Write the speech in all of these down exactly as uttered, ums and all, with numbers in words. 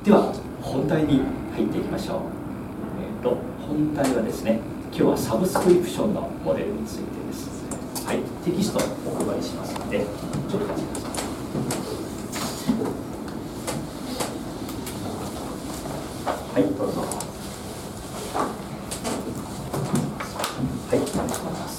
では本題に入っていきましょう。えー、と本題はですね、今日はサブスクリプションのモデルについてです。はい、テキストをお配りしますので、ちょっとお待ちください。はい、どうぞ。はい、お願いします。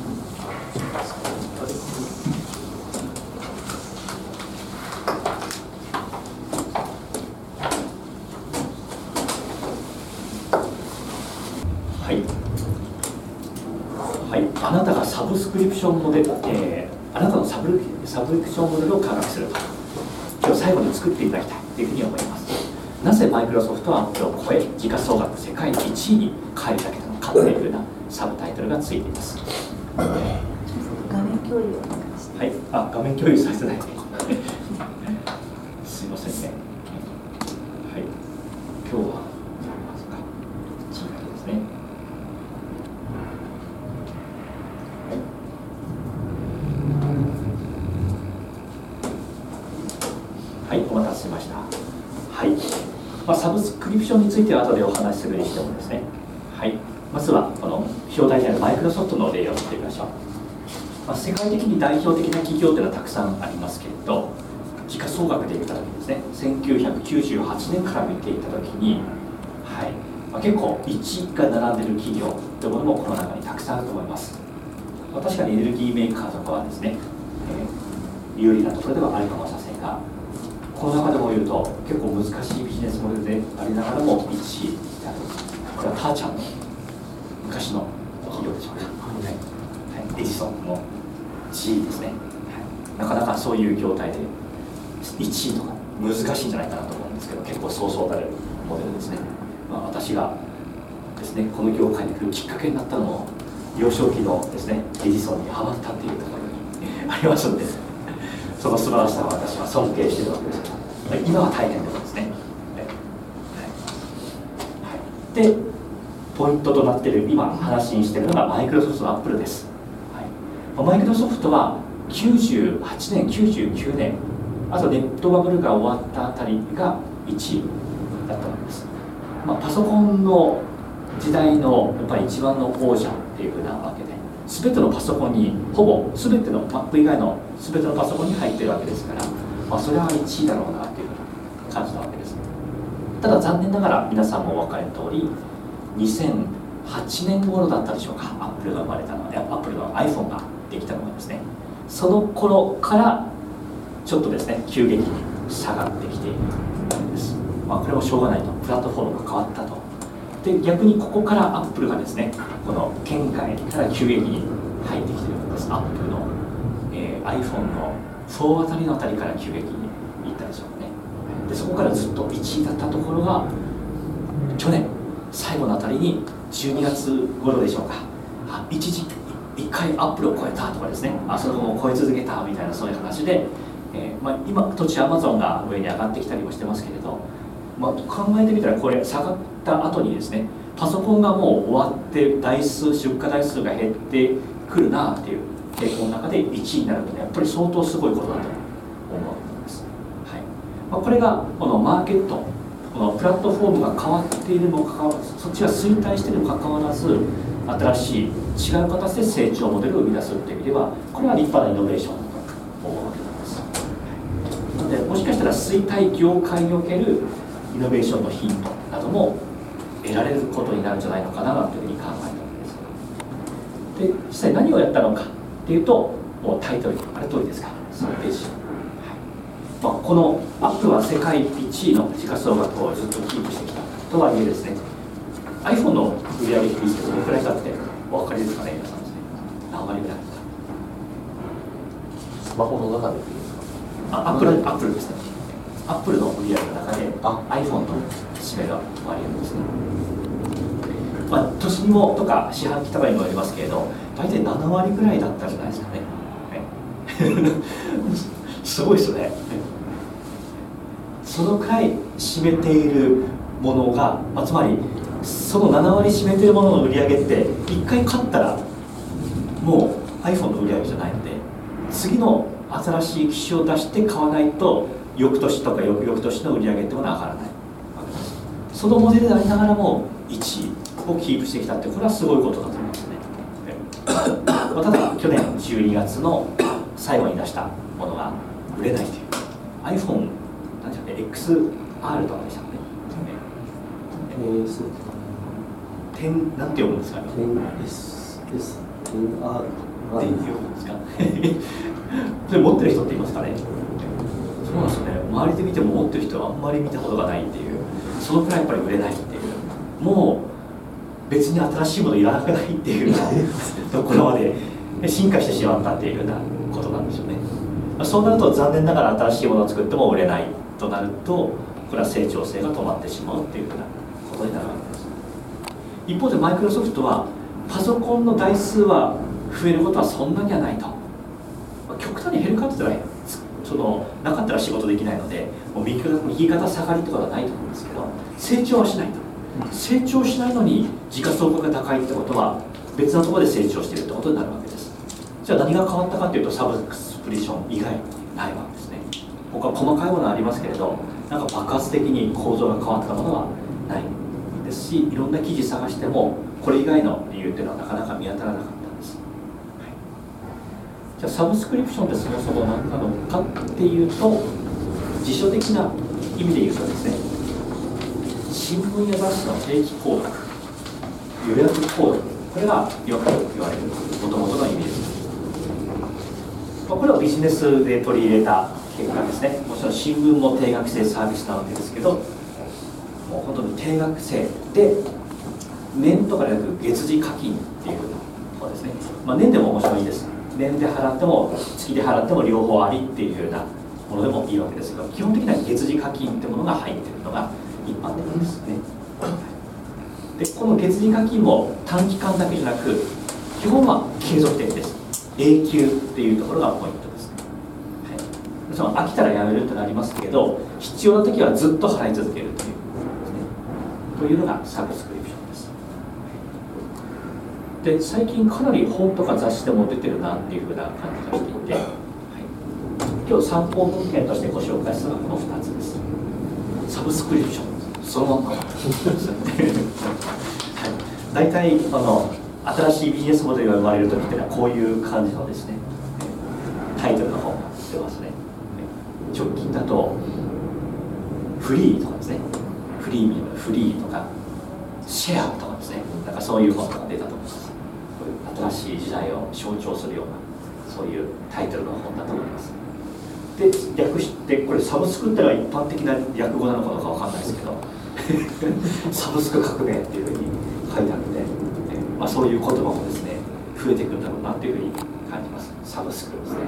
はい。はい、あなたがサブスクリプションモデル、えー、あなたのサブサブスクリプションモデルを科学すると、今日最後に作っていただきたいというふうに思います。なぜマイクロソフトはアップルを超え、時価総額世界いちいに返り咲けたのかというふうなサブタイトルがついています。 画面共有をお願いします。 はい、あ、画面共有させてないすいませんね。はい、今日はますか、こちらですね。はい、はい、お待たせしました。はい、まあ、サブスクリプションについては後でお話しするにしてもですね、はい、まずはこの表題であるマイクロソフトの例を見てみましょう。まあ、世界的に代表的な企業というのはたくさんありますけれど、時価総額で見たときにですね、せんきゅうひゃくきゅうじゅうはちねんから見ていたときに、はい、まあ、結構いちいが並んでいる企業というものもこの中にたくさんあると思います。まあ、確かにエネルギーメーカーとかはですね、えー、有利なところではあるかもしれませんが、この中でも言うと結構難しいビジネスモデルでありながらもいちいである。これはターちゃんの昔の企業でしょうか、はいはい、エジソンの ジー ですね、はい、なかなかそういう業態でいちいとか難しいんじゃないかなと思うんですけど、結構そうそうたるモデルですね。まあ、私がですねこの業界に来るきっかけになったのも幼少期のですねエジソンにハマったっていうところにありますので、その素晴らしさを私は尊敬しているわけですが、今は大変なことですね。はいはい、でポイントとなっている今話にしているのがマイクロソフトとアップルです。はい、マイクロソフトはきゅうじゅうはちねんきゅうじゅうきゅうねん、あとネットバブルが終わったあたりがいちいだったわけです。まあ、パソコンの時代のやっぱり一番の王者っていうふうなわけで、全てのパソコンにほぼ全ての Mac 以外の全てのパソコンに入っているわけですから、まあ、それはいちいだろうなというふうな感じなわけです。ただ残念ながら皆さんもお分かりの通り、にせんはちねん頃だったでしょうか、アップルが生まれたので、アップルの iPhone ができたのがですね、その頃からちょっとですね急激に下がってきているわけです。まあ、これもしょうがないと、プラットフォームが変わったと。で逆にここからアップルがですねこの圏外から急激に入ってきているわけです。アップルの、えー、iPhone のフォーあたりのあたりから急激にいったでしょうかね。でそこからずっといちいだったところが去年最後のあたりにじゅうにがつ頃でしょうか、あ一時いっかいアップルを超えたとかですね、あそれも超え続けたみたいなそういう話で、えーまあ、今途中アマゾンが上に上がってきたりもしてますけれど、まあ、考えてみたらこれ下がった後にですねパソコンがもう終わって台数出荷台数が減ってくるなっていう傾向の中でいちいになるとね、やっぱり相当すごいことだと思うわけです。はい、まあ、これがこのマーケット、このプラットフォームが変わっているにもかかわらず、そっちが衰退しているにもかかわらず、新しい違う形で成長モデルを生み出すという意味では、これは立派なイノベーションだと思うわけなんです。なのでもしかしたら衰退業界におけるイノベーションのヒントなども得られることになるんじゃないのかなというふうに考えたわけです。で実際何をやったのかっていうと、もうタイトルにある通りですから、そのページ、はい、まあ、このアップルは世界いちいの時価総額をずっとキープしてきたとはいえですね、 iPhone の売上比率ってどのくらいかってお分かりですかね、皆さんですね。何割ぐらいですか。 スマホの中でいいですか。 あ、アップル、アップルですね。アップルの売り上げの中で iPhone の占める割合ですね。まあ、年にもとか四半期とかにもよりますけれど、大体ななわりぐらいだったんじゃないですかね。すごいですよね。そのくらい占めているものが、まあ、つまりそのななわり占めているものの売り上げっていっかい買ったらもう iPhone の売り上げじゃないので、次の新しい機種を出して買わないと翌年とか翌々年の売り上げってものは上がらない。 そのモデルでありながらもいちいをキープしてきたって、これはすごいことだと思いますね。まあただ去年じゅうにがつの最後に出したものが売れないという iPhone なんでしたっけ エックスアール とかでしたかね。 えー、そうじゅうなんて読むんですかね。 じゅうエスエスじゅうアールって読むんですか。それ持ってる人っていますかね。そうなんですよね。周りで見ても持ってる人はあんまり見たことがないっていう、そのくらいやっぱり売れないっていう、もう別に新しいものいらなくないっていうところまで進化してしまったっていうようなことなんでしょうね。そうなると残念ながら新しいものを作っても売れないとなると、これは成長性が止まってしまうっていうようなことになるわけです。一方でマイクロソフトはパソコンの台数は増えることはそんなにはないと。極端に減るかって言ったらそのなかったら仕事できないので、もう右肩右肩下がりとかはないと思うんですけど、成長はしないと。成長しないのに時価総額が高いってことは別なところで成長しているってことになるわけです。じゃあ何が変わったかというと、サブスクリプション以外にないわけですね。他は細かいものはありますけれど、なんか爆発的に構造が変わったものはないですし、いろんな記事探してもこれ以外の理由っていうのはなかなか見当たらなかったんです。はい、じゃあサブスクリプションってそもそも何なのかっていうと、辞書的な意味で言うとですね、新聞や雑誌の定期購読、予約購読、これがよく言われるもともとの意味です。これはビジネスで取り入れた結果ですね。もちろん新聞も定額制サービスなわけですけど、もう本当に定額制で年とかでなく月次課金っていうことですね。まあ、年でも面白いです。年で払っても月で払っても両方ありっていうようなものでもいいわけですが、基本的には月次課金っていうものが入っているのが一般的ですね。でこの月次課金も短期間だけじゃなく、基本は継続的です。永久っていうところがポイントです、はい、その飽きたらやめるってなりますけど、必要な時はずっと払い続けるというですね、というのがサブスクリプションです。で最近かなり本とか雑誌でも出てるなっていうふうな感じがしていて、はい、今日参考文献としてご紹介するのはこのふたつです。サブスクリプションそのまんま大体あの新しいビジネスモデルが生まれるときっていうのはこういう感じのですね、タイトルの本が出ますね。直近だとフリーとかですね、フリーミアム、フリーとかシェアとかですね、なんかそういう本が出たと思います。こういう新しい時代を象徴するようなそういうタイトルの本だと思います。で略してこれサブスクってのは一般的な略語なのかどうかわかんないですけどサブスク革命っていうふうに書いてあるので、まあ、そういう言葉もですね増えていくんだろうなというふうに感じます。サブスクですね、はい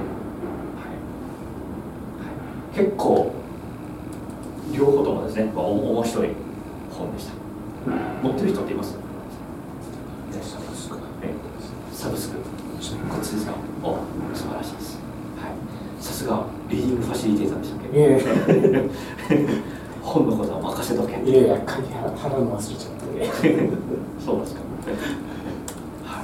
はい、結構両方ともですね、まあ、面白い本でした。持ってる人っています？いらっしゃいますか？サブスクこっちですか？お、素晴らしいです。さすがリーディングファシリテーターでしたっけ？いえいえ本のことは任せとけ。 いやいや、鍵払うの忘れちゃって。 そうですか。はい。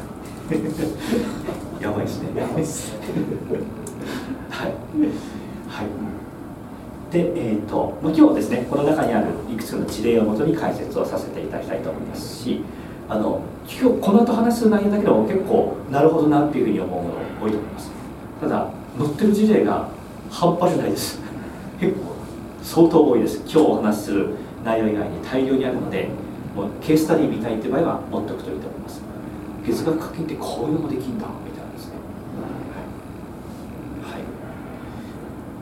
やばいですね。やばいですね。はい。はい。で、えっ、ー、と、今日はですね、この中にあるいくつかの事例をもとに解説をさせていただきたいと思いますし、あの今日この後話す内容だけでも結構なるほどなっていうふうに思うもの多いと思います。ただ載ってる事例が半端じゃないです。結構相当多いです。今日お話しする内容以外に大量にあるので、もうケーススタディ見たいっていう場合は持っておくといいと思います。月額課金ってこういうのもできるんだみたいなですね。はい。はい、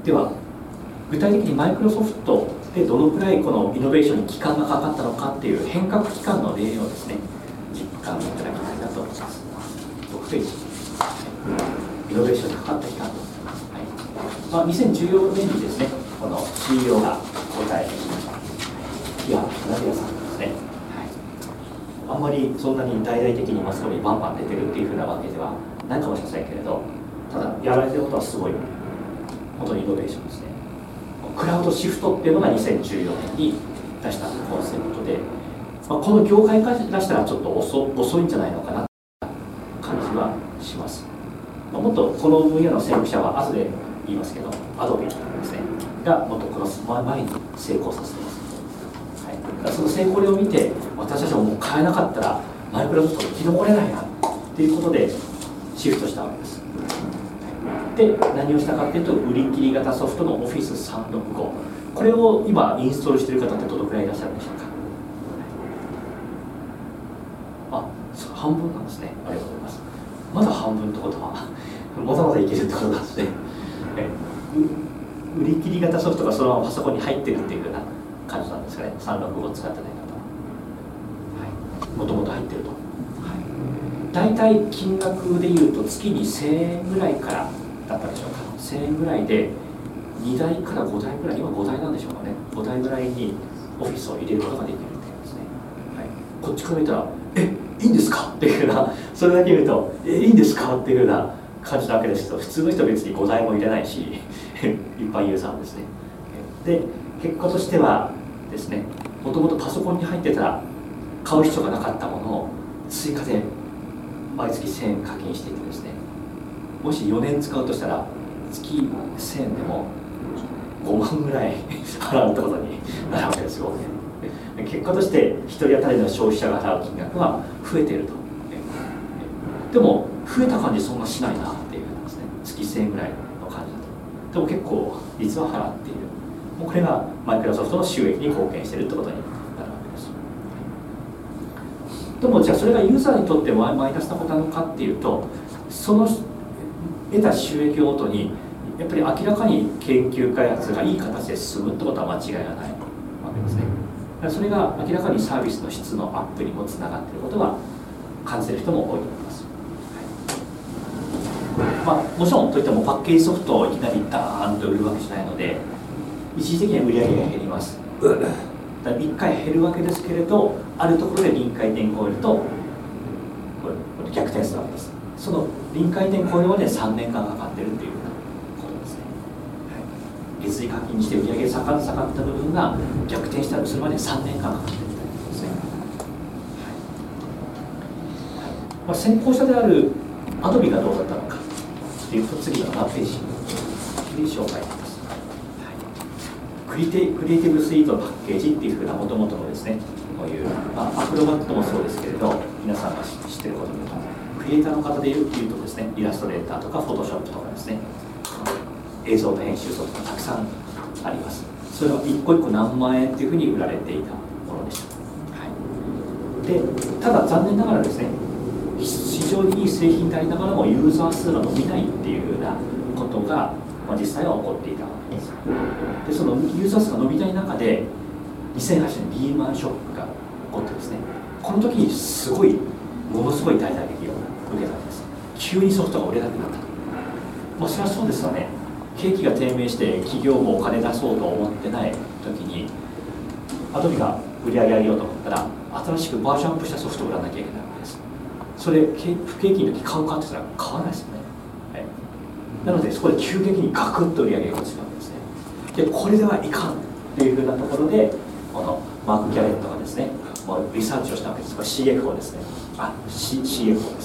では具体的にマイクロソフトでどのくらいこのイノベーションに期間がかかったのかっていう変革期間の例をですね実感いただきたいなと思います。ろくページ。イノベーションにかかった期間、はいまあ、にせんじゅうよねんにですねこの シーイーオー が交代しました。いや、ナビアさんですね、はい、あんまりそんなに大々的にマスコミにバンバン出てるっていうふうなわけではないかもしれませんけれど、ただやられてることはすごい本当にイノベーションですね。クラウドシフトっていうのがにせんじゅうよねんに出したコンセプトで、まあ、この業界から出したらちょっと 遅, 遅いんじゃないのかな感じはします。まあ、もっとこの分野の先駆者は後で言いますけど、アドビですねがもっとこの前に成功させています。はい、 その成功例を見て、私たちはもう変えなかったらマイクロソフトが生き残れないなっていうことでシフトしたわけです。で、何をしたかっていうと、売り切り型ソフトの オフィスさんろくご、これを今インストールしている方ってどのくらいいらっしゃるんでしょうか。あ、そう、半分なんですね。ありがとうございます。まだ半分ってことはまだまだいけるってことなんですね。売り切り型ソフトがそのままパソコンに入ってるっていうような感じなんですかね。さんろくごを使ってない方は、もともと入ってると。はい、大体金額でいうと月にせんえんぐらいからだったでしょうか。せんえんぐらいでにだいからごだいぐらい、今ごだいなんでしょうかね。ごだいぐらいにオフィスを入れることができるっていうんですね。はい、こっちから見たら、え、いいんですかっていうような、それだけ見ると、え、いいんですかっていうような感じなわけですけど、普通の人は別にごだいも入れないし、一般ユーザーですね。で、結果としてはですね、もともとパソコンに入ってたら買う必要がなかったものを追加で毎月せんえん課金していてですね、もしよねん使うとしたら月せんえんでもごまんぐらい払うってことになるわけですよ。結果としてひとり当たりの消費者が払う金額は増えていると。でも増えた感じそんなしないなっていうですね、月せんえんぐらいの感じだと。でも結構実は払っている。もうこれがマイクロソフトの収益に貢献しているってことになるわけです。でもじゃあそれがユーザーにとってマイナスなことなのかっていうと、その得た収益をもとにやっぱり明らかに研究開発がいい形で進むってことは間違いがないわけですね。だからそれが明らかにサービスの質のアップにもつながっていることは感じる人も多いと思います。まあ、もちろんといってもパッケージソフトをいきなりダーンと売るわけじゃないので、一時的には売り上げが減ります。だからいっかい減るわけですけれど、あるところで臨界点を超えるとこれ逆転するわけです。その臨界点を超えるまでさんねんかんかかっているということですね。はい、月次課金して売り上げが下がった部分が逆転したりするまでさんねんかんかかっているということですね。はいはい、まあ、先行者であるアドビがどうだったのかというと、次の何ページで紹介します。はい、クリテクリエイティブスイートのパッケージっていうふうなもともとのですね、こういう、まあ、アクロバットもそうですけれど、皆さんが知っていることでいうと、クリエイターの方でいうとですね、イラストレーターとかフォトショップとかですね、映像の編集ソフトがたくさんあります。それは一個一個何万円っていうふうに売られていたものでした。はい、でただ残念ながらですね、非常にいい製品でありながらもユーザー数が伸びないっていうようなことが、まあ、実際は起こっていたわけです。でそのユーザー数が伸びない中でにせんはちねんリーマンショックが起こってですね、この時にすごいものすごい大打撃を受けたんです。急にソフトが売れなくなったと。まあそれはそうですよね。景気が低迷して企業もお金出そうと思ってない時にアドビが売り上げ上げようと思ったら新しくバージョンアップしたソフトを売らなきゃいけないわけです。それ不景気の時買うかって言ったら買わないですよね。はい、なのでそこで急激にガクッと売り上げが落ちるわけですね。でこれではいかんっていうふうなところで、このマーク・ギャレットがですね、もうリサーチをしたわけです。これ シーエフオー ですね。あ、C、シーエフオー です。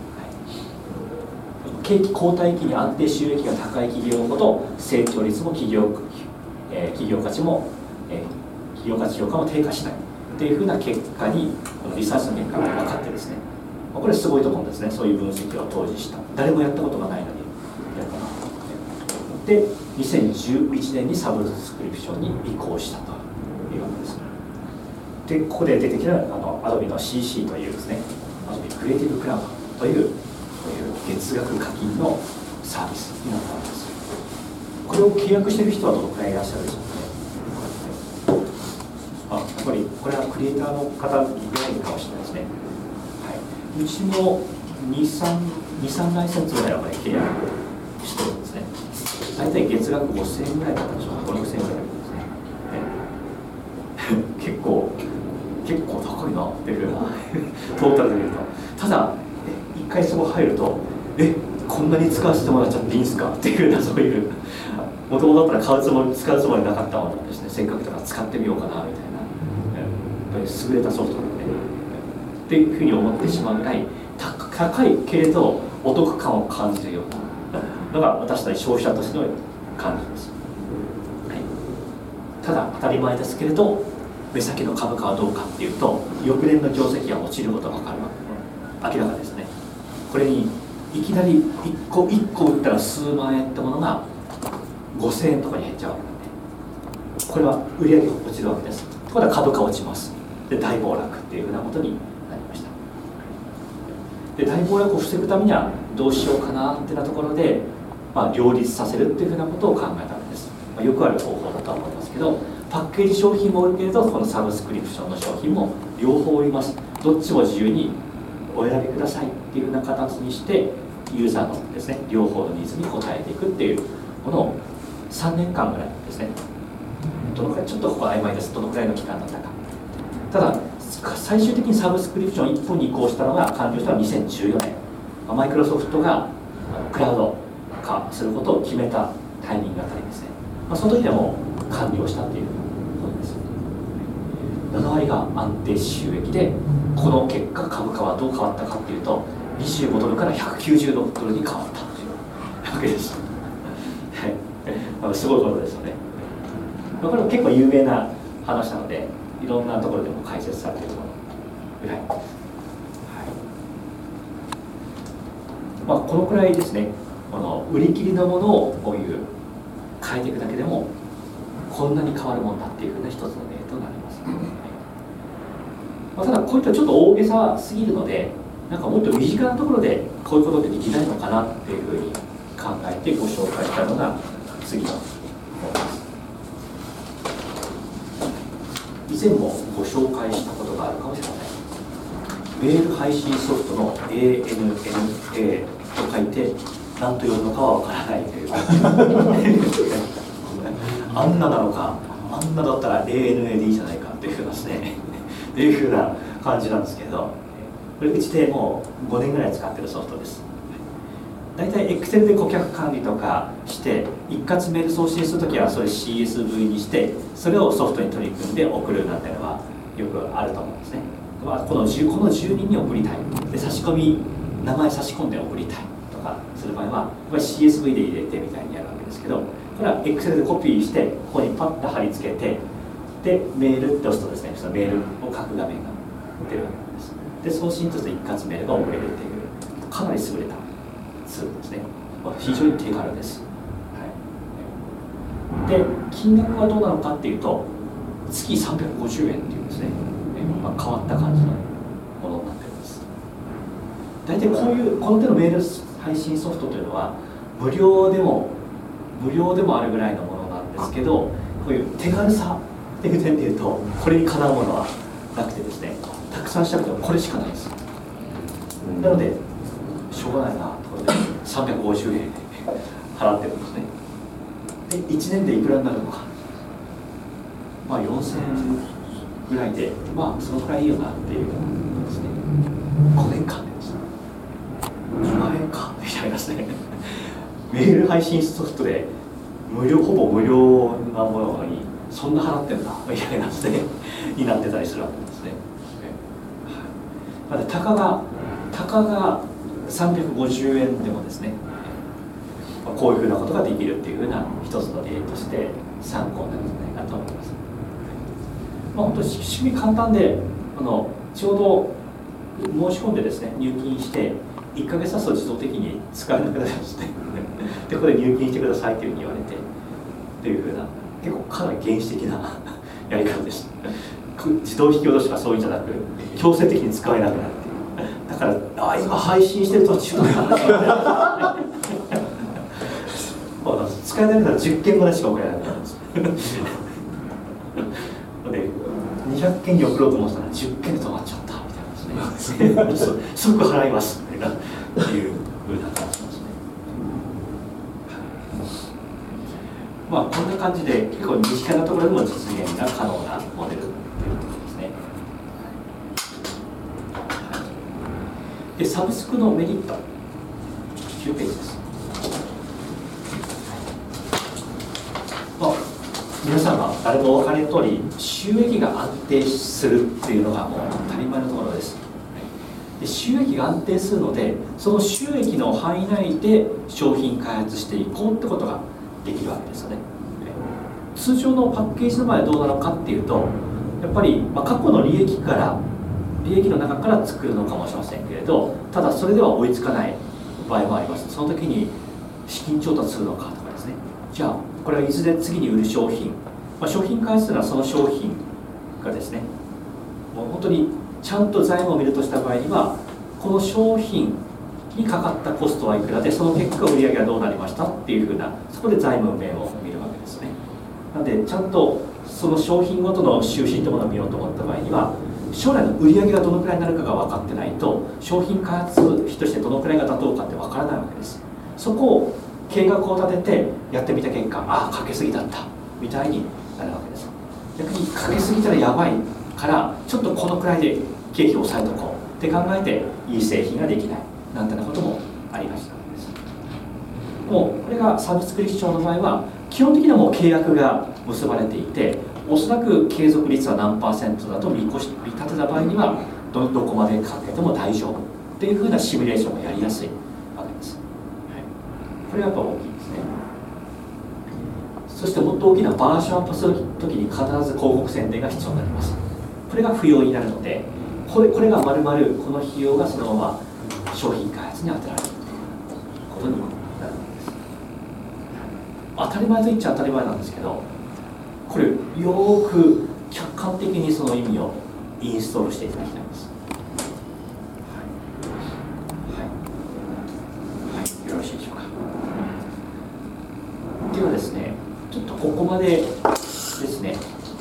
景気後退期に安定収益が高い企業ほど成長率も企業、えー、企業価値も、えー、企業価値評価も低下しないというふうな結果に、このリサーチの結果が分かってですね、これすごいと思うんですね。そういう分析を当時した。誰もやったことがないのにやったな。でにせんじゅういちねんにサブスクリプションに移行したというわけです。でここで出てきたあの Adobe の シーシー というですね、Adobe クリエイティブクラウドという月額課金のサービスになったんです。これを契約している人はどのくらいいらっしゃるでしょうかね。あ、やっぱりこれはクリエイターの方ぐらいかもしれないですね。はい、うちもに、さんライセンスぐらいはこれ契約してるんですね。大体月額ごせんえんぐらいだったんでしょうか。ご、ろくせんえんぐらいですね。結構結構高いなっていうようなトータルで見ると、ただ一回そこ入ると、えこんなに使わせてもらっちゃっていいんですかっていうような、そういうもともとだったら買うつもり使うつもりなかったものをですね、せっかくだから使ってみようかなみたいな、やっぱり優れたソフトなんで、っていうふうに思ってしまうぐらい高いけれどお得感を感じるようなのが私たち消費者としての感じです。はい、ただ当たり前ですけれど、 目先の株価はどうかっていうと、翌年の業績が落ちることが分かるわけ明らかですね。これにいきなりいっこいっこ売ったら数万円ってものがごせんえんとかに減っちゃうわけなんで、これは売り上げが落ちるわけです。ところが株価落ちます。で大暴落っていうふうなことになりました。で大暴落を防ぐためにはどうしようかなってなところで、まあ、両立させるっていうふうなことを考えたわけです。まあ、よくある方法だとは思いますけど、パッケージ商品も売るけれど、このサブスクリプションの商品も両方売ります。どっちも自由にお選びくださいっていうふうな形にして、ユーザーのですね、両方のニーズに応えていくっていうものをさんねんかんぐらいですね。どのくらい、ちょっとここ曖昧です。どのくらいの期間だったか。ただ、最終的にサブスクリプションいっぽんに移行したのが、完了したのはにせんじゅうよねん。マイクロソフトがクラウド化することを決めたタイミングあたりですね。まあ、その時でも完了したっていうことです。ななわりが安定収益で、この結果株価はどう変わったかっていうと、にじゅうごドルからひゃくきゅうじゅうドルに変わったというわけです。すごいことですよね。これは結構有名な話なので、いろんなところでも解説されているものぐらい、はい。まあ、このくらいですね、この売り切りのものをこういう変えていくだけでもこんなに変わるもんだっていうふうな一つの例となります。まあ、ただこういったちょっと大げさすぎるので、なんかもっと身近なところでこういうことってできないのかなっていうふうに考えてご紹介したのが次のものです。以前もご紹介したことがあるかもしれません。メール配信ソフトの エーエヌエヌエー と書いて何と読むのかはわからないというあんななのか、あんなだったら エーエヌエー でいいじゃないかっていうふうなですねっていうふうな感じなんですけど、これうちでもうごねんぐらい使ってるソフトです。大体 Excel で顧客管理とかして一括メール送信するときはそれ シーエスブイ にしてそれをソフトに取り組んで送るなんてのはよくあると思うんですね。まあ、このじゅうこのじゅうにんに送りたいで差し込み名前差し込んで送りたいとかする場合はこれ シーエスブイ で入れてみたいにやるわけですけど、これは Excel でコピーしてここにパッと貼り付けてでメールって押すとですね、そのメールを書く画面が出るわけです。で送信として一括メールが送れるっていうかなり優れたツールですね。非常に手軽です。はい、で金額はどうなのかっていうと月さんびゃくごじゅうえんっていうんですね、まあ、変わった感じのものになっています。大体こういうこの手のメール配信ソフトというのは無料でも無料でもあるぐらいのものなんですけど、こういう手軽さっていう点でいうとこれにかなうものはなくてですね、たくさんしたくてもこれしかないです。なのでしょうがないなとさんびゃくごじゅうえん払ってるんですね。でいちねんでいくらになるのか、まあよんせんえんぐらいで、まあそのくらいいいよなっていうことですね。ごねんかんでですじゅうまんえんかみたいなですねメール配信ソフトで無料ほぼ無料なものにそんな払ってんだみたいなですねになってたりするわけですね。はい、たかがたかがさんびゃくごじゅうえんでもですね、こういうふうなことができるっていうふうな一つの例として参考になるんじゃないかと思います。まあ、本当に仕組み簡単で、あのちょうど申し込んでですね入金していっかげつ経つと自動的に使えなくなりますねでここで入金してくださいというふうに言われてというふうな結構かなり原始的なやり方です。自動引き落としがそういうんじゃなく強制的に使えなくなるっていう。だからあ今配信してる途中なんだ使えないからじゅっけんぐらいしか送れなくなるんですでにひゃくけんに送ろうと思ったらじゅっけんで止まっちゃったみたいなですね即払いますみたいなっていうふうな感じですね。まあこんな感じで結構身近なところでも実現が可能なモデルということですね。でサブスクのメリットきゅうページです。まあ、皆さんが誰もお分かりの通り収益が安定するっていうのがもう当たり前のところです。で収益が安定するのでその収益の範囲内で商品開発していこうってことができるわけですよね。通常のパッケージの場合はどうなのかっていうとやっやっぱり、まあ、過去の利益から利益の中から作るのかもしれませんけれど、ただそれでは追いつかない場合もあります。その時に資金調達するのかとかですね、じゃあこれはいずれ次に売る商品、まあ、商品開発というのはその商品がですね、もう本当にちゃんと財務を見るとした場合には、この商品にかかったコストはいくらで、その結果売上がどうなりましたっていうふうな、そこで財務面を見るわけですね。なのでちゃんとその商品ごとの収支というものを見ようと思った場合には、将来の売上がどのくらいになるかが分かってないと、商品開発費としてどのくらいが妥当かって分からないわけです。そこを計画を立ててやってみた結果、ああかけすぎだったみたいになるわけです。逆にかけすぎたらやばいからちょっとこのくらいで経費を抑えとこうって考えていい製品ができないなんてなこともありがちなわけです。もうこれがサブスクリプションの場合は基本的にはもう契約が結ばれていて、おそらく継続率は何パーセントだと見越し見立てた場合には ど, どこまでかけても大丈夫っていうふうなシミュレーションがやりやすいわけです、はい、これはやっぱ大きいですね。そしてもっと大きなバージョンアップするときに必ず広告宣伝が必要になります。これが不要になるので、これこれがまるまるこの費用がそのまま商品開発に充てられるということになるわけです。当たり前と言っちゃ当たり前なんですけど、これよーく客観的にその意味をインストールしていただきたいんです。はい、はいはい、よろしいでしょうか。ではですね、ちょっとここまでですね、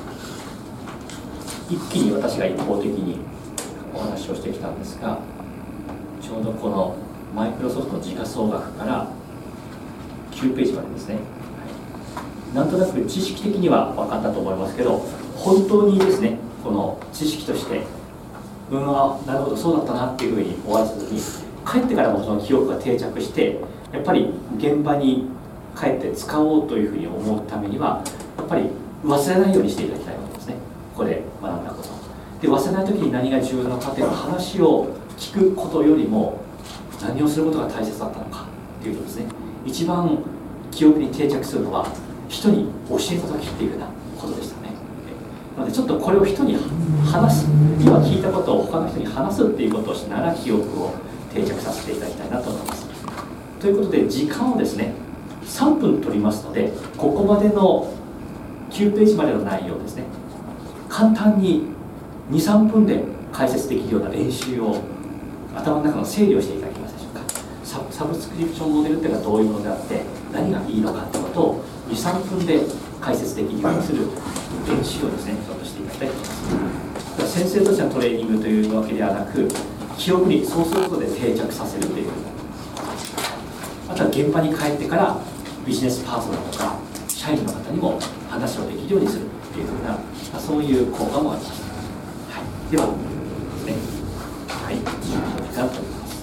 一気に私が一方的にお話をしてきたんですが、ちょうどこのマイクロソフトの時価総額からきゅうページまでですね、なんとなく知識的には分かったと思いますけど、本当にですね、この知識としてうん、あ、なるほどそうだったなっていうふうに終わらせずに、帰ってからもその記憶が定着して、やっぱり現場に帰って使おうというふうに思うためには、やっぱり忘れないようにしていただきたいわけですね。ここで学んだことで、忘れない時に何が重要なのかという話を聞くことよりも、何をすることが大切だったのかっていうとですね、一番記憶に定着するのは人に教えた時っていうようなことでしたね。なのでちょっとこれを人に話す、今聞いたことを他の人に話すっていうことをしながら記憶を定着させていただきたいなと思います。ということで時間をですねさんぷん取りますので、ここまでのきゅうページまでの内容ですね、簡単ににさんぷんで解説できるような練習を頭の中の整理をしていただけますでしょうか。サ, サブスクリプションモデルっていうのはどういうものであって何がいいのかということをにさんぷんで解説できるようにする練習をですねちょっとしていただきたいと思います。先生としてのトレーニングというわけではなく、記憶にそうすることで定着させるという、あとは現場に帰ってからビジネスパートナーとか社員の方にも話をできるようにするというふうな、そういう効果もあります。はい、ではですね、はい、時間と思います。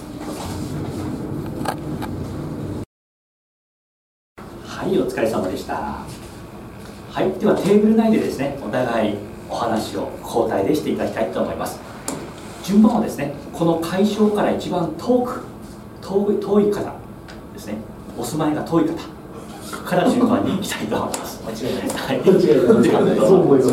はい、お疲れ様でした。はい、ではテーブル内でですね、お互いお話を交代でしていただきたいと思います。順番はですね、この会場から一番遠く、遠い、遠い方ですね、お住まいが遠い方から順番に行きたいと思います。 間違いないです。 はい、間違いない。そう思います。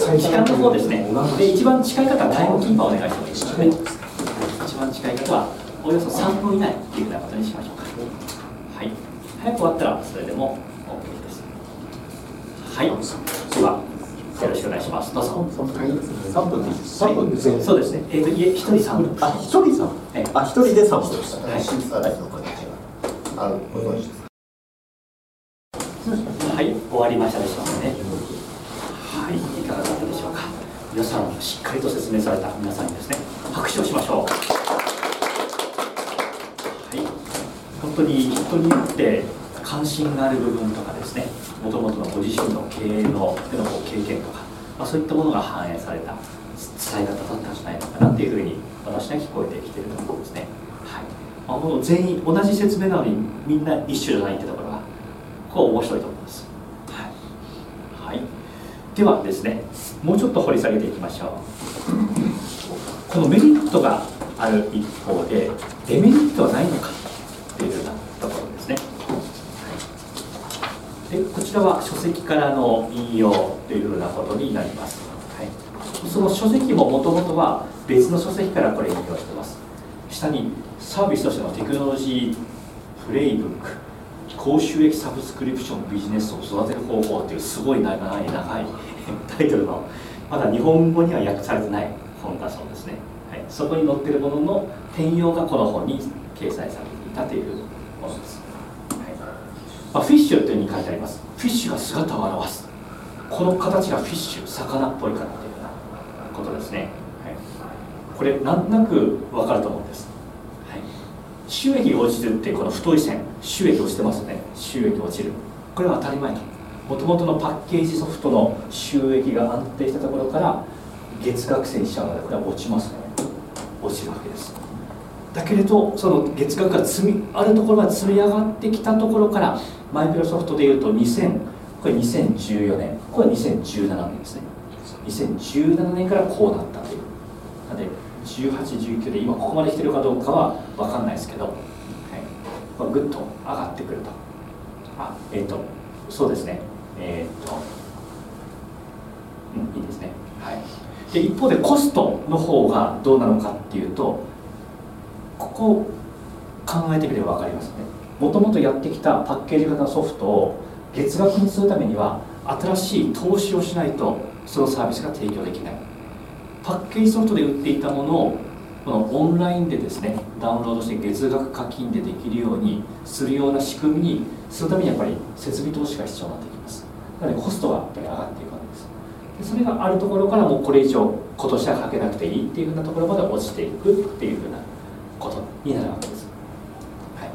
はい、時間の方ですね。で、一番近い方はタイムキーパーお願いしてもいいですかね。一番近い方はおよそさんぷん以内というふうなことにしましょうか。はい。早く終わったらそれでも OK です。はい。ではよろしくお願いします。どうぞ。 さんぷんでいいです。さんぷんですね。 そうですね。えっと、いえ、一人さんぷん。 あ、一人さん。 えあ、一人でさんぷんでした。 はい。 あの、ご存知ですか。 はい、終わりましたでしょうかね。はい、いかがだったでしょうか。皆さん、しっかりと説明された皆さんにですね、拍手をしましょう。はい、本当に人によって関心がある部分とかですね、もともとのご自身の経営のでの経験とか、まあ、そういったものが反映された伝え方だったんじゃないのかなっていうふうに私は聞こえてきていると思うんですね。はい、まあ、もう全員同じ説明なのにみんな一緒じゃないってところはこう面白いと思います。はい、はい、ではですね、もうちょっと掘り下げていきましょう。このメリットがある一方でデメリットはないのかというようなところですね。はい、でこちちらは書籍からの引用というふうなことになります。はい、その書籍ももともとは別の書籍からこれ引用しています。下にサービスとしてのテクノロジープレイブック、高収益サブスクリプションビジネスを育てる方法というすごい長い長いタイトルの、まだ日本語には訳されてない本だそうですね。はい、そこに載っているものの転用がこの本に掲載されていたというものです。まあ、フィッシュというふうに書いてあります。フィッシュが姿を現す。この形がフィッシュ、魚っぽいからというようなことですね。はい、これ、なんとなく分かると思うんです。はい、収益が落ちるっていうこの太い線、収益落ちてますね。収益落ちる。これは当たり前と。もともとのパッケージソフトの収益が安定したところから、月額制にしちゃうので、これは落ちますね。落ちるわけです。だけれど、その月額が積みあるところまで積み上がってきたところから、マイクロソフトでいうとにせん、これにせんじゅうよねん、これはにせんじゅうななねんですね。にせんじゅうななねんからこうなったという。なので、じゅうはち、じゅうきゅうで今ここまで来てるかどうかは分かんないですけど、はい、まあ、ぐっと上がってくると。あ、えっ、ー、と、そうですね。えっ、ー、と、うん、いいですね。はい。で、一方でコストの方がどうなのかっていうと、ここを考えてみれば分かりますね。もともとやってきたパッケージ型のソフトを月額にするためには新しい投資をしないとそのサービスが提供できない。パッケージソフトで売っていたものをこのオンラインでですね、ダウンロードして月額課金でできるようにするような仕組みにするためにやっぱり設備投資が必要になってきます。なのでコストがやっぱり上がっていくわけです。でそれがあるところからもうこれ以上今年はかけなくていいっていうふうなところまで落ちていくっていうふうなことになるわけです。はい、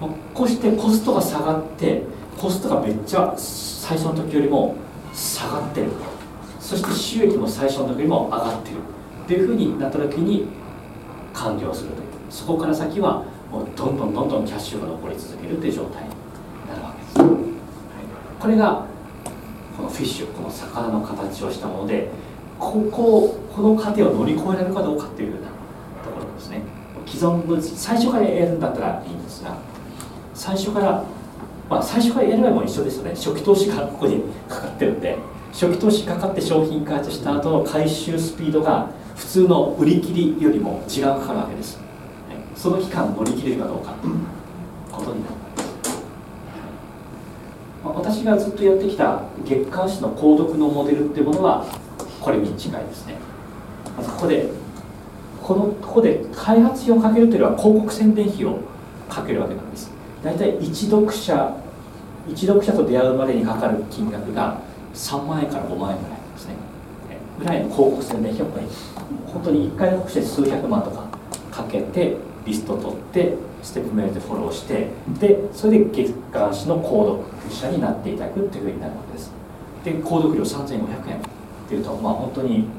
こうしてコストが下がってコストがめっちゃ最初の時よりも下がってる、そして収益も最初の時よりも上がってるっていうふうになった時に完了するという、そこから先はもうどんどんどんどんキャッシュが残り続けるという状態になるわけです。はい、これがこのフィッシュ、この魚の形をしたもので、こここの過程を乗り越えられるかどうかっていうふうなところですね。既存の最初からやるんだったらいいんですが、最初から、まあ、最初からやる場合も一緒ですよね。初期投資がここにかかってるんで、初期投資かかって商品開発した後の回収スピードが普通の売り切りよりも時間がかかるわけです。その期間乗り切れるかどうかということになるわけです。まあ、私がずっとやってきた月刊誌の購読のモデルっていうものはこれに近いですね。まずここでこのここで開発費をかけるというのは広告宣伝費をかけるわけなんです。大体いち読者いち読者と出会うまでにかかる金額がさんまんえんからごまんえんぐらいですね。ぐらいの広告宣伝費をここに本当にいっかいの読者で数百万とかかけてリスト取ってステップメールでフォローして、でそれで月刊誌の購読者になっていただくというふうになるわけです。で購読料さんぜんごひゃくえんっていうと、まあ本当に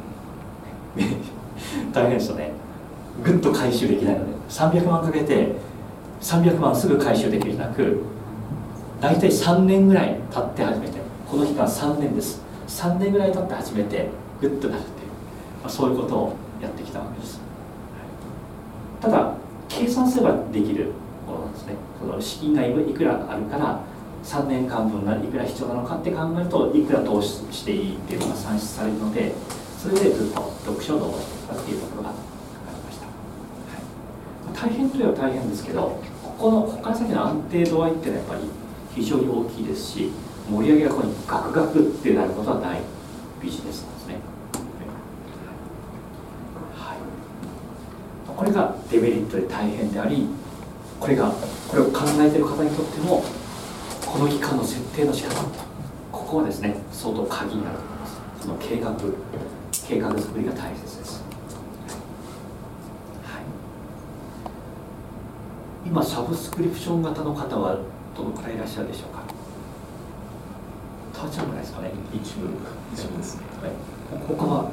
大変ですよね。ぐっと回収できないのでさんびゃくまんかけてさんびゃくまんすぐ回収できるんじゃなく、大体さんねんぐらい経って初めて、この期間さんねんです。さんねんぐらい経って初めてグッとなるっていう、まあ、そういうことをやってきたわけです。ただ計算すればできるものなんですね。その資金がいくらあるからさんねんかんぶんがいくら必要なのかって考えるといくら投資していいっていうのが算出されるので、それでずっと読書を伸ばしていったっていうところがありました。はい、大変といえば大変ですけど、ここのここから先の安定度合いっていうのはやっぱり非常に大きいですし、盛り上げがここにガクガクってなることはないビジネスなんですね。はい、これがデメリットで大変であり、これがこれを考えている方にとってもこの期間の設定の仕方、ここはですね相当鍵になると思います。その計画計画作りが大切です。はい、今サブスクリプション型の方はどのくらいいらっしゃるでしょうか。ターちゃんぐらいですかね。 一部一部ですね。 はい、他は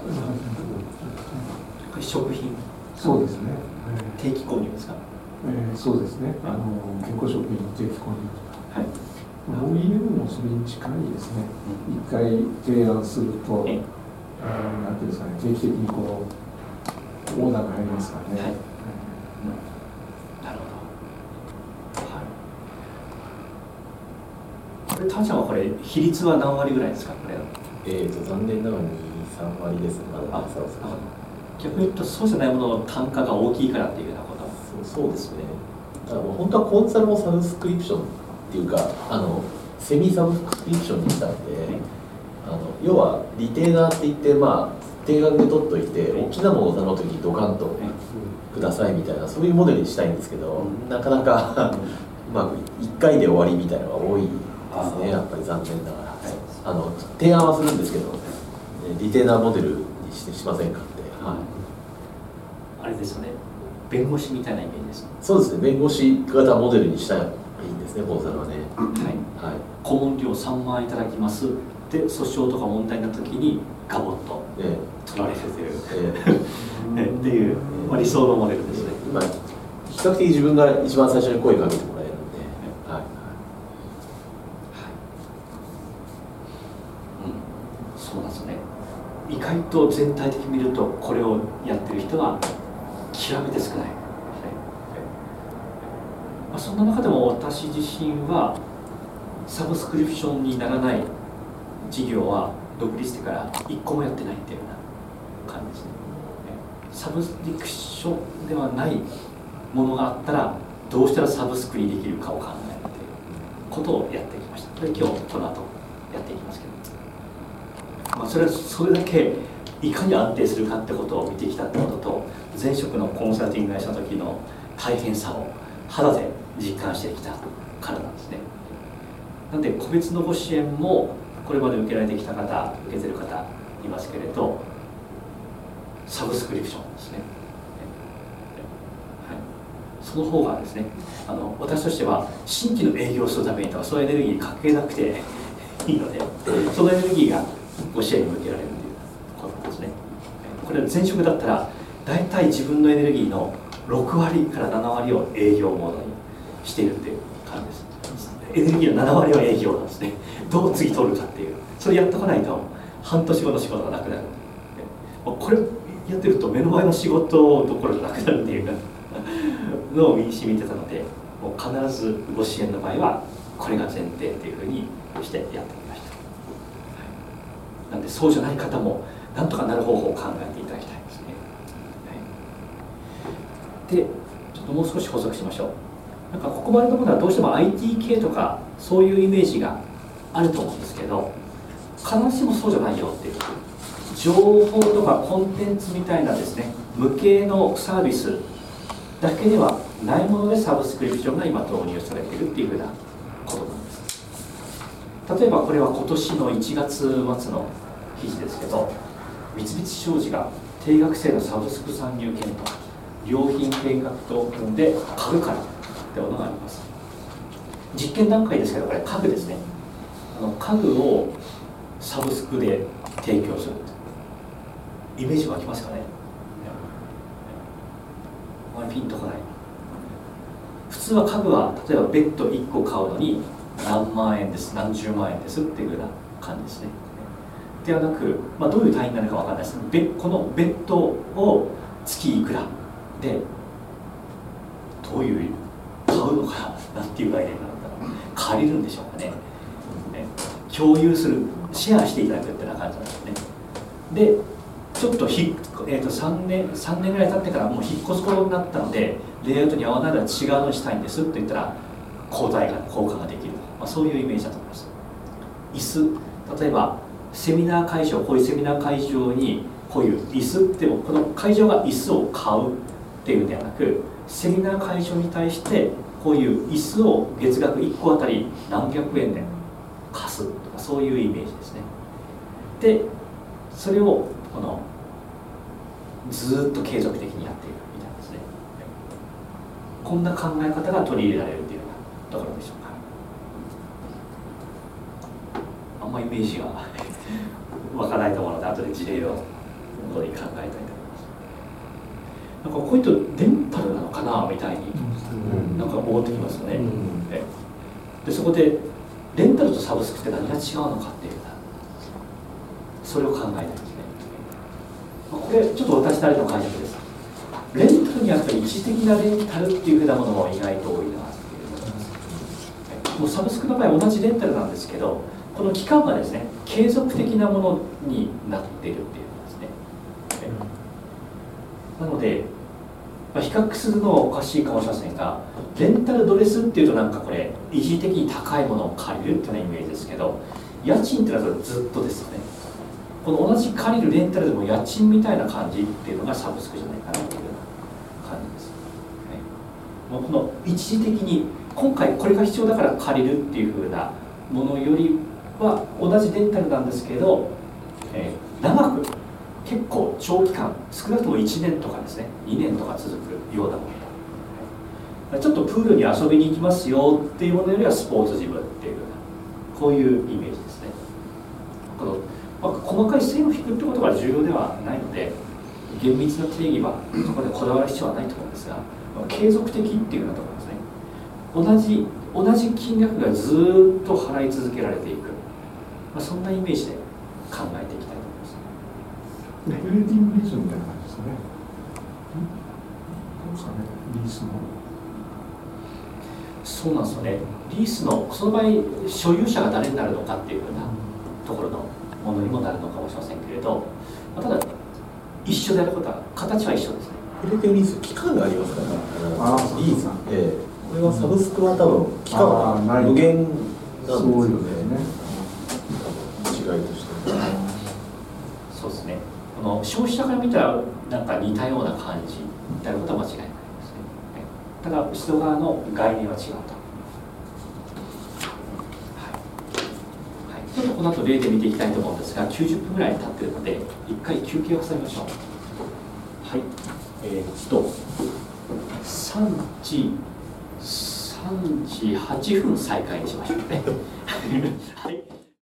食品、 そうですね。 定期購入ですか。 えー、そうですね。あの健康食品の定期購入とか。はい。オーイーエム もそれに近いですね。一、うん、回提案すると、えー、なんていうんですかね、定期的にこうオーダーが入りますからね。はい。うん、なるほど。はい。 これタンちゃんはこれ比率は何割ぐらいですかこれ？ えーと残念ながらに、さん割ですね。まだあサブスクあ逆に言うとそうじゃないものの単価が大きいからっていうようなこと。 そうそうですね。だからもう本当はコンサルもサブスクリプションっていうか、あのセミサブスクリプションにしたんで、あの要はリテーナーって言って、まあ、定額で取っといて、大きなものを頼むときにドカンとくださいみたいな、そういうモデルにしたいんですけど、なかなかうまくいっかいで終わりみたいなのが多いですね、やっぱり残念ながら。あの提案はするんですけど、リテーナーモデルにしてしませんかって。はい、 あれですよね、弁護士みたいなイメージです。 そうですね、弁護士型モデルにしたらいいんですね、コンサルはね。 はいはい、 顧問料さんまんえんいただきますで、訴訟とか問題になった時にガボッとえ取られるという、 ええねっていう、まあ、理想のモデルですね。 今、比較的自分が一番最初に声かけてもらえるんで、はい、 うん、そうなんですよね。意外と全体的に見るとこれをやってる人は極めて少ない、まあ、そんな中でも私自身はサブスクリプションにならない事業は独立してからいっこもやってないっていうような感じですね。サブスクリプションではないものがあったらどうしたらサブスクにできるかを考えるということをやってきました。で今日この後やっていきますけど、まあ、それはそれだけいかに安定するかってことを見てきたってことと、前職のコンサルティング会社の時の大変さを肌で実感してきたからなんですね。なんで個別のご支援もこれまで受けられてきた方、受けてる方いますけれど、サブスクリプションですね、はい、その方がですね、あの私としては新規の営業をするためにとかそういうエネルギーかけなくていいので、そのエネルギーがご支援に向けられるということなんですね。これは前職だったら大体自分のエネルギーのろくわりからななわりを営業モードにしているっていう感じです。エネルギーのななわりは営業なんですね。どう次取るかっていう、それやってこないと半年後の仕事がなくなる。これやってると目の前の仕事どころじゃなくなるっていうのを身に染みてたので、もう必ずご支援の場合はこれが前提っていうふうにしてやってきました。はい、なんでそうじゃない方もなんとかなる方法を考えていただきたいですね。はい、でちょっともう少し補足しましょう。なんかここまでのものはどうしても アイティー 系とかそういうイメージがあると思うんですけど、必ずしもそうじゃないよっていう、情報とかコンテンツみたいなですね、無形のサービスだけではないものでサブスクリプションが今導入されているっていうふうなことなんです。例えばこれは今年のいちがつ末の記事ですけど、三菱商事が定額制のサブスク参入検討、良品計画と組んで家具からってものがあります。実験段階ですけど、これ家具ですね。あの家具をサブスクで提供するイメージ湧きますかね。あまりピンとこない。普通は家具は例えばベッドいっこ買うのに何万円です、何十万円ですっていうような感じですね。ではなく、まあ、どういう単位になるかわからないですけど、このベッドを月いくらでどういう買うのかななんていう概念なんだろう。借りるんでしょうかね。共有する、シェアしていただくっていうような感じなんですね。でちょっとひ、えー、とさんねん、さんねんぐらい経ってからもう引っ越す頃になったので、レイアウトに合わないのは違うのにしたいんですって言ったら交代が交換ができる、まあ、そういうイメージだと思います。椅子、例えばセミナー会場、こういうセミナー会場にこういう椅子っても、この会場が椅子を買うっていうんではなく、セミナー会場に対してこういう椅子を月額いっこあたり何百円で貸すとか、そういうイメージですね。でそれをこのずーっと継続的にやっているみたいですね。こんな考え方が取り入れられるというようなところでしょうか。あんまイメージが湧かないと思うので、後で事例をここに考えたいと思います。なんかこういうとレンタルなのかなみたいになんか思ってきますよね。でそこでレンタルとサブスクって何が違うのかっていう、それを考えたいですね。これちょっと私なりの解釈です。レンタルにはやっぱり一時的なレンタルっていうふうなものも意外と多いなっていう思います。 もうサブスクの場合同じレンタルなんですけど、この期間はですね継続的なものになっているっていうことですね。なので、まあ、比較するのはおかしいかもしれませんが、レンタルドレスっていうとなんかこれ一時的に高いものを借りるっていうようなイメージですけど、家賃っていうのはずっとですよね。この同じ借りるレンタルでも家賃みたいな感じっていうのがサブスクじゃないかなというような感じです、ね、もうこの一時的に今回これが必要だから借りるっていうふうなものよりは同じレンタルなんですけど、えー、長く結構長期間少なくともいちねんとかですねにねんとか続くようなもの、ちょっとプールに遊びに行きますよっていうものよりはスポーツジムっていうようなこういうイメージですね。このまあ、細かい線を引くってことが重要ではないので、厳密な定義はそこでこだわる必要はないと思うんですが、まあ、継続的っていうようなところですね。同じ同じ金額がずっと払い続けられていく、まあ、そんなイメージで考えていきたいと思います。 ビルディングリースみたいな感じですね。どうですかね、リースの。 そうなんですよね。リースのその場合所有者が誰になるのかっていうようなところのものにもなるのかもしれませんけれど、まあ、ただ一緒であることは形は一緒ですね。 プレテリース期間がありますから、 ああリース、ええ、これはサブスクは多分期間が無限なんですよね。 そういうね、 違いとして。 そうですね。この消費者から見たらなんか似たような感じであることは間違いないですね。ただ後ろ側の概念は違うと。ちょっとこの後例で見ていきたいと思うんですが、きゅうじゅっぷんぐらい経っているのでいっかい休憩を挟みましょう。はい、えー、っとさんじさんじはっぷん再開にしましょうね。はい。